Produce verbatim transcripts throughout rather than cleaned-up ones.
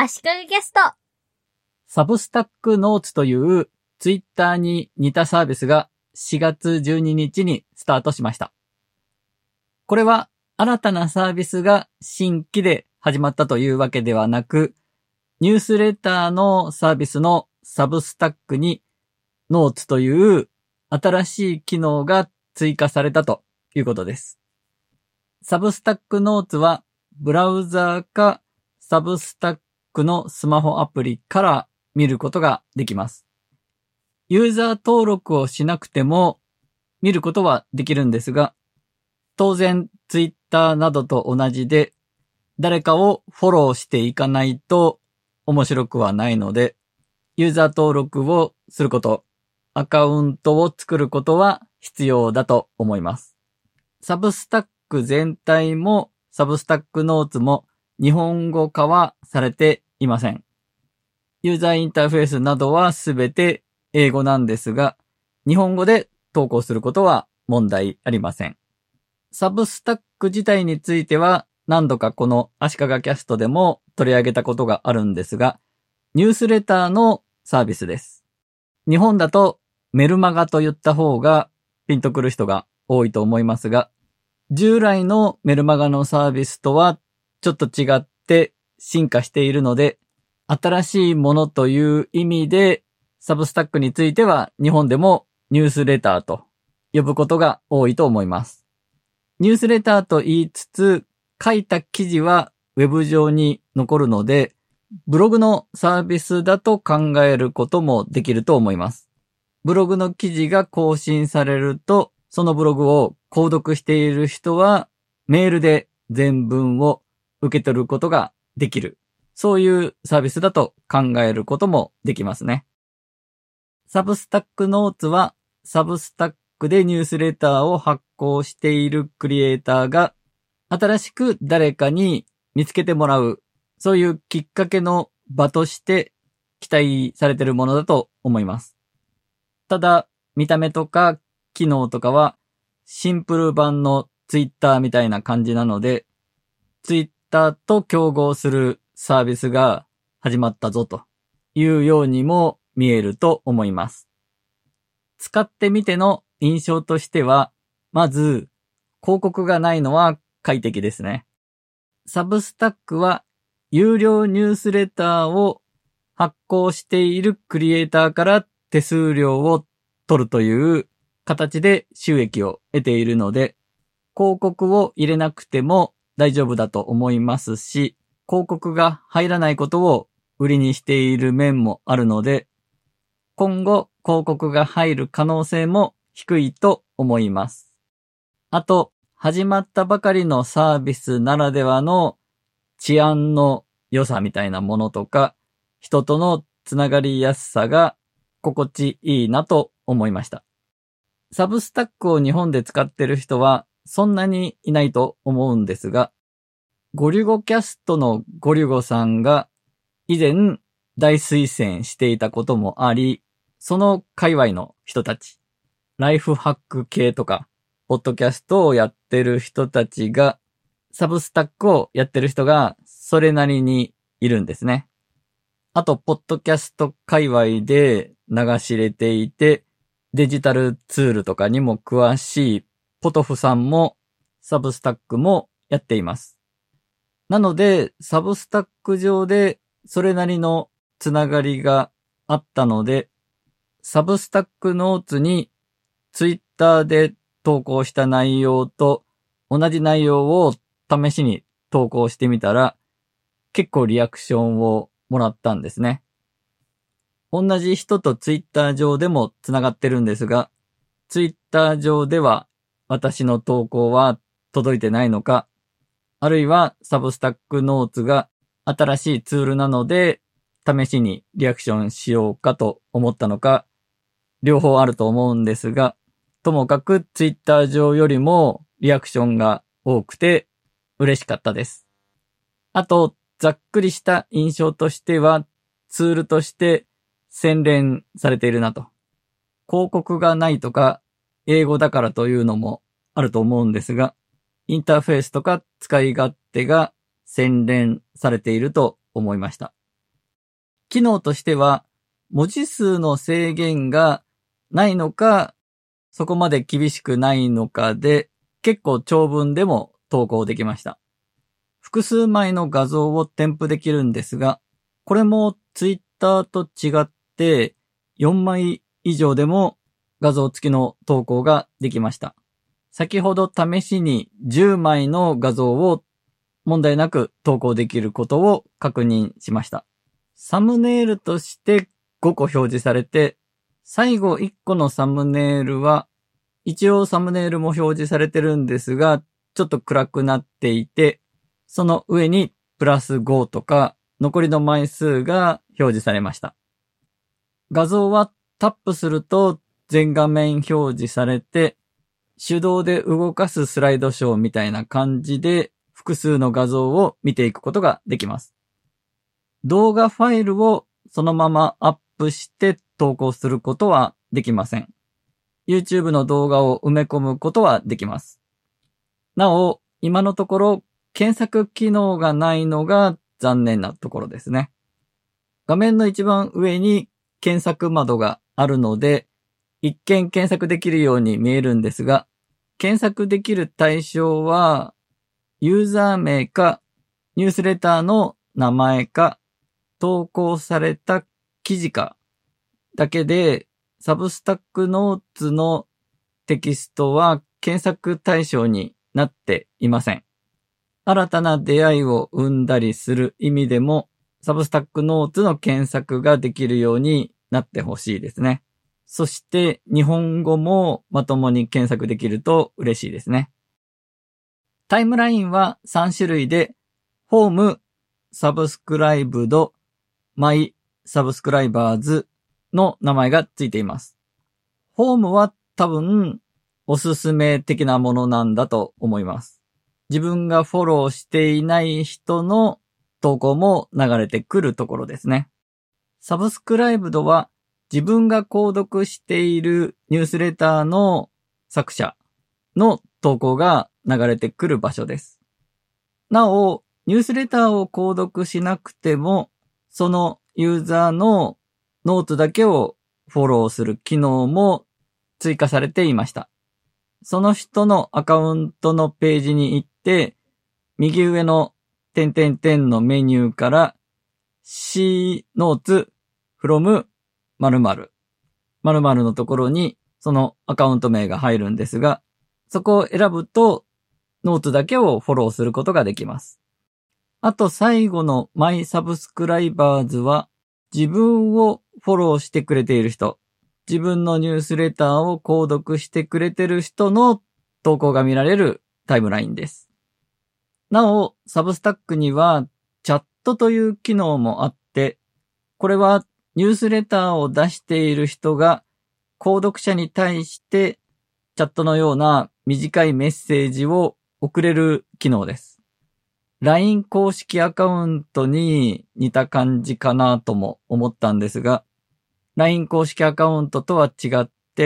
足利キャスト。 サブスタックノーツというツイッターに似たサービスがしがつじゅうににちにスタートしました。これは新たなサービスが新規で始まったというわけではなく、ニュースレターのサービスのサブスタックにノーツという新しい機能が追加されたということです。サブスタックノーツはブラウザーかサブスタックのスマホアプリから見ることができます。ユーザー登録をしなくても見ることはできるんですが、当然ツイッターなどと同じで誰かをフォローしていかないと面白くはないので、ユーザー登録をすること、アカウントを作ることは必要だと思います。サブスタック全体もサブスタックノーツも日本語化はされていません。ユーザーインターフェースなどはすべて英語なんですが、日本語で投稿することは問題ありません。サブスタック自体については何度かこの足利キャストでも取り上げたことがあるんですが、ニュースレターのサービスです。日本だとメルマガと言った方がピンとくる人が多いと思いますが、従来のメルマガのサービスとはちょっと違って進化しているので、新しいものという意味でサブスタックについては日本でもニュースレターと呼ぶことが多いと思います。ニュースレターと言いつつ、書いた記事はウェブ上に残るので、ブログのサービスだと考えることもできると思います。ブログの記事が更新されると、そのブログを購読している人はメールで全文を受け取ることができる。そういうサービスだと考えることもできますね。サブスタックノーツはサブスタックでニュースレターを発行しているクリエイターが新しく誰かに見つけてもらう、そういうきっかけの場として期待されているものだと思います。ただ、見た目とか機能とかはシンプル版のツイッターみたいな感じなので、ツイッターと競合するサービスが始まったぞというようにも見えると思います。使ってみての印象としては、まず広告がないのは快適ですね。サブスタックは有料ニュースレターを発行しているクリエイターから手数料を取るという形で収益を得ているので、広告を入れなくても大丈夫だと思いますし、広告が入らないことを売りにしている面もあるので、今後広告が入る可能性も低いと思います。あと、始まったばかりのサービスならではの治安の良さみたいなものとか、人とのつながりやすさが心地いいなと思いました。サブスタックを日本で使ってる人はそんなにいないと思うんですが、ゴリュゴキャストのゴリュゴさんが以前大推薦していたこともあり、その界隈の人たち、ライフハック系とか、ポッドキャストをやってる人たちが、サブスタックをやってる人がそれなりにいるんですね。あと、ポッドキャスト界隈で流し入れていて、デジタルツールとかにも詳しいポトフさんもサブスタックもやっています。なので、サブスタック上でそれなりのつながりがあったので、サブスタックノーツにツイッターで投稿した内容と同じ内容を試しに投稿してみたら結構リアクションをもらったんですね。同じ人とツイッター上でもつながってるんですが、ツイッター上では私の投稿は届いてないのか、あるいはサブスタックノーツが新しいツールなので試しにリアクションしようかと思ったのか、両方あると思うんですが、ともかくツイッター上よりもリアクションが多くて嬉しかったです。あと、ざっくりした印象としては、ツールとして洗練されているなと。広告がないとか、英語だからというのもあると思うんですが、インターフェースとか使い勝手が洗練されていると思いました。 機能としては、文字数の制限がないのか、そこまで厳しくないのかで、結構長文でも投稿できました。複数枚の画像を添付できるんですが、これも Twitter と違ってよんまい以上でも画像付きの投稿ができました。先ほど試しにじゅうまいの画像を問題なく投稿できることを確認しました。サムネイルとしてごこ表示されて、最後いっこのサムネイルは一応サムネイルも表示されてるんですが、ちょっと暗くなっていて、その上にプラスごとか残りの枚数が表示されました。画像はタップすると全画面表示されて、手動で動かすスライドショーみたいな感じで複数の画像を見ていくことができます。動画ファイルをそのままアップして投稿することはできません。YouTube の動画を埋め込むことはできます。なお、今のところ検索機能がないのが残念なところですね。画面の一番上に検索窓があるので、一見検索できるように見えるんですが、検索できる対象は、ユーザー名か、ニュースレターの名前か、投稿された記事か、だけで、サブスタックノーツのテキストは検索対象になっていません。新たな出会いを生んだりする意味でも、サブスタックノーツの検索ができるようになってほしいですね。そして日本語もまともに検索できると嬉しいですね。タイムラインはさんしゅるいで、ホーム、サブスクライブド、マイ、サブスクライバーズの名前がついています。ホームは多分おすすめ的なものなんだと思います。自分がフォローしていない人の投稿も流れてくるところですね。サブスクライブドは自分が購読しているニュースレターの作者の投稿が流れてくる場所です。なお、ニュースレターを購読しなくても、そのユーザーのノートだけをフォローする機能も追加されていました。その人のアカウントのページに行って、右上の点々点のメニューから C ノーツ from 〇〇〇〇のところにそのアカウント名が入るんですが、そこを選ぶとノーツだけをフォローすることができます。あと最後の My Subscribers は自分をフォローしてくれている人、自分のニュースレターを購読してくれている人の投稿が見られるタイムラインです。なお、サブスタックにはチャットという機能もあって、これはニュースレターを出している人が購読者に対してチャットのような短いメッセージを送れる機能です。ライン 公式アカウントに似た感じかなとも思ったんですが、ライン 公式アカウントとは違って、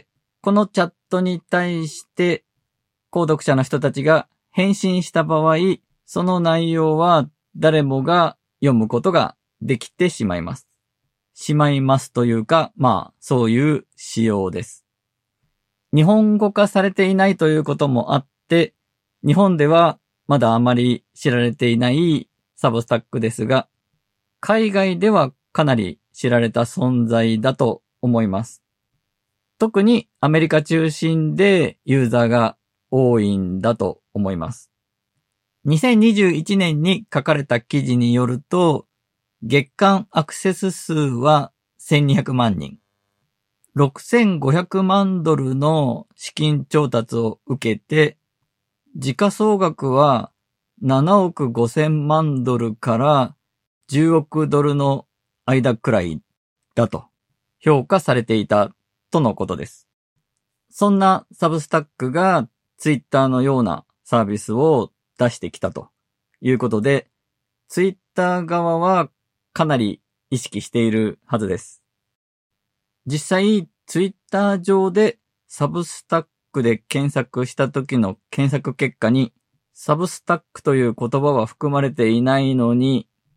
このチャットに対して購読者の人たちが返信した場合、その内容は誰もが読むことができてしまいます。しまいますというか、まあ、そういう仕様です。日本語化されていないということもあって、日本ではまだあまり知られていないサブスタックですが、海外ではかなり知られた存在だと思います。特にアメリカ中心でユーザーが多いんだと思います。にせんにじゅういちねんに書かれた記事によると、月間アクセス数はせんにひゃくまんにん。ろくせんごひゃくまんドルの資金調達を受けて、時価総額はななおくごせんまんドルからじゅうおくドルの間くらいだと評価されていたとのことです。そんなサブスタックがツイッターのようなサービスを出してきたということで、ツイッター側はかなり意識しているはずです。実際、ツイッター上でサブスタックで検索した時の検索結果に、サブスタックという言葉は含まれていないのに、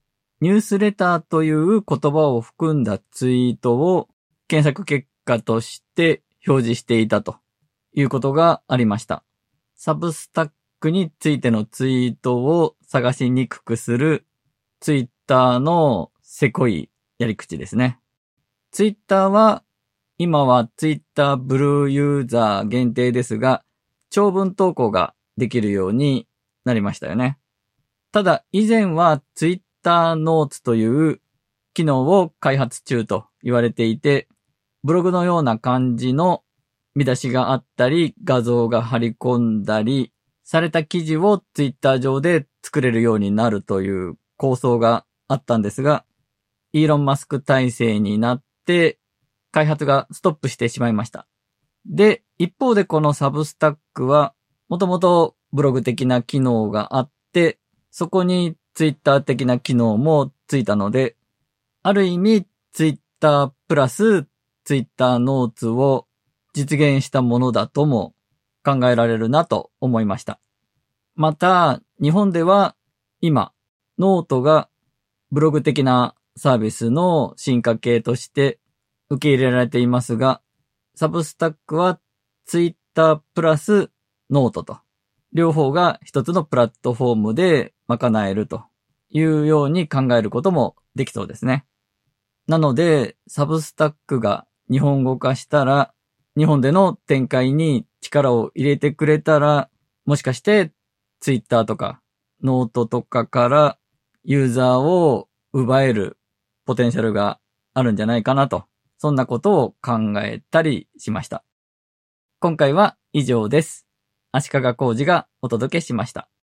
ニュースレターという言葉を含んだツイートを検索結果として表示していたということがありました。サブスタックについてのツイートを探しにくくするツイッターのせこいやり口ですね。ツイッターは今はツイッターブルーユーザー限定ですが、長文投稿ができるようになりましたよね。ただ以前はツイッターノーツという機能を開発中と言われていて、ブログのような感じの見出しがあったり、画像が貼り込んだりされた記事をツイッター上で作れるようになるという構想があったんですが、イーロン・マスク体制になって開発がストップしてしまいました。で、一方でこのサブスタックはもともとブログ的な機能があって、そこにツイッター的な機能もついたので、ある意味ツイッタープラスツイッターノーツを実現したものだとも考えられるなと思いました。また、日本では今、ノートがブログ的なサービスの進化系として受け入れられていますが、サブスタックはツイッタープラスノートと、両方が一つのプラットフォームで賄えるというように考えることもできそうですね。なので、サブスタックが日本語化したら、日本での展開に力を入れてくれたら、もしかしてツイッターとかノートとかからユーザーを奪えるポテンシャルがあるんじゃないかなと、そんなことを考えたりしました。今回は以上です。足利浩二がお届けしました。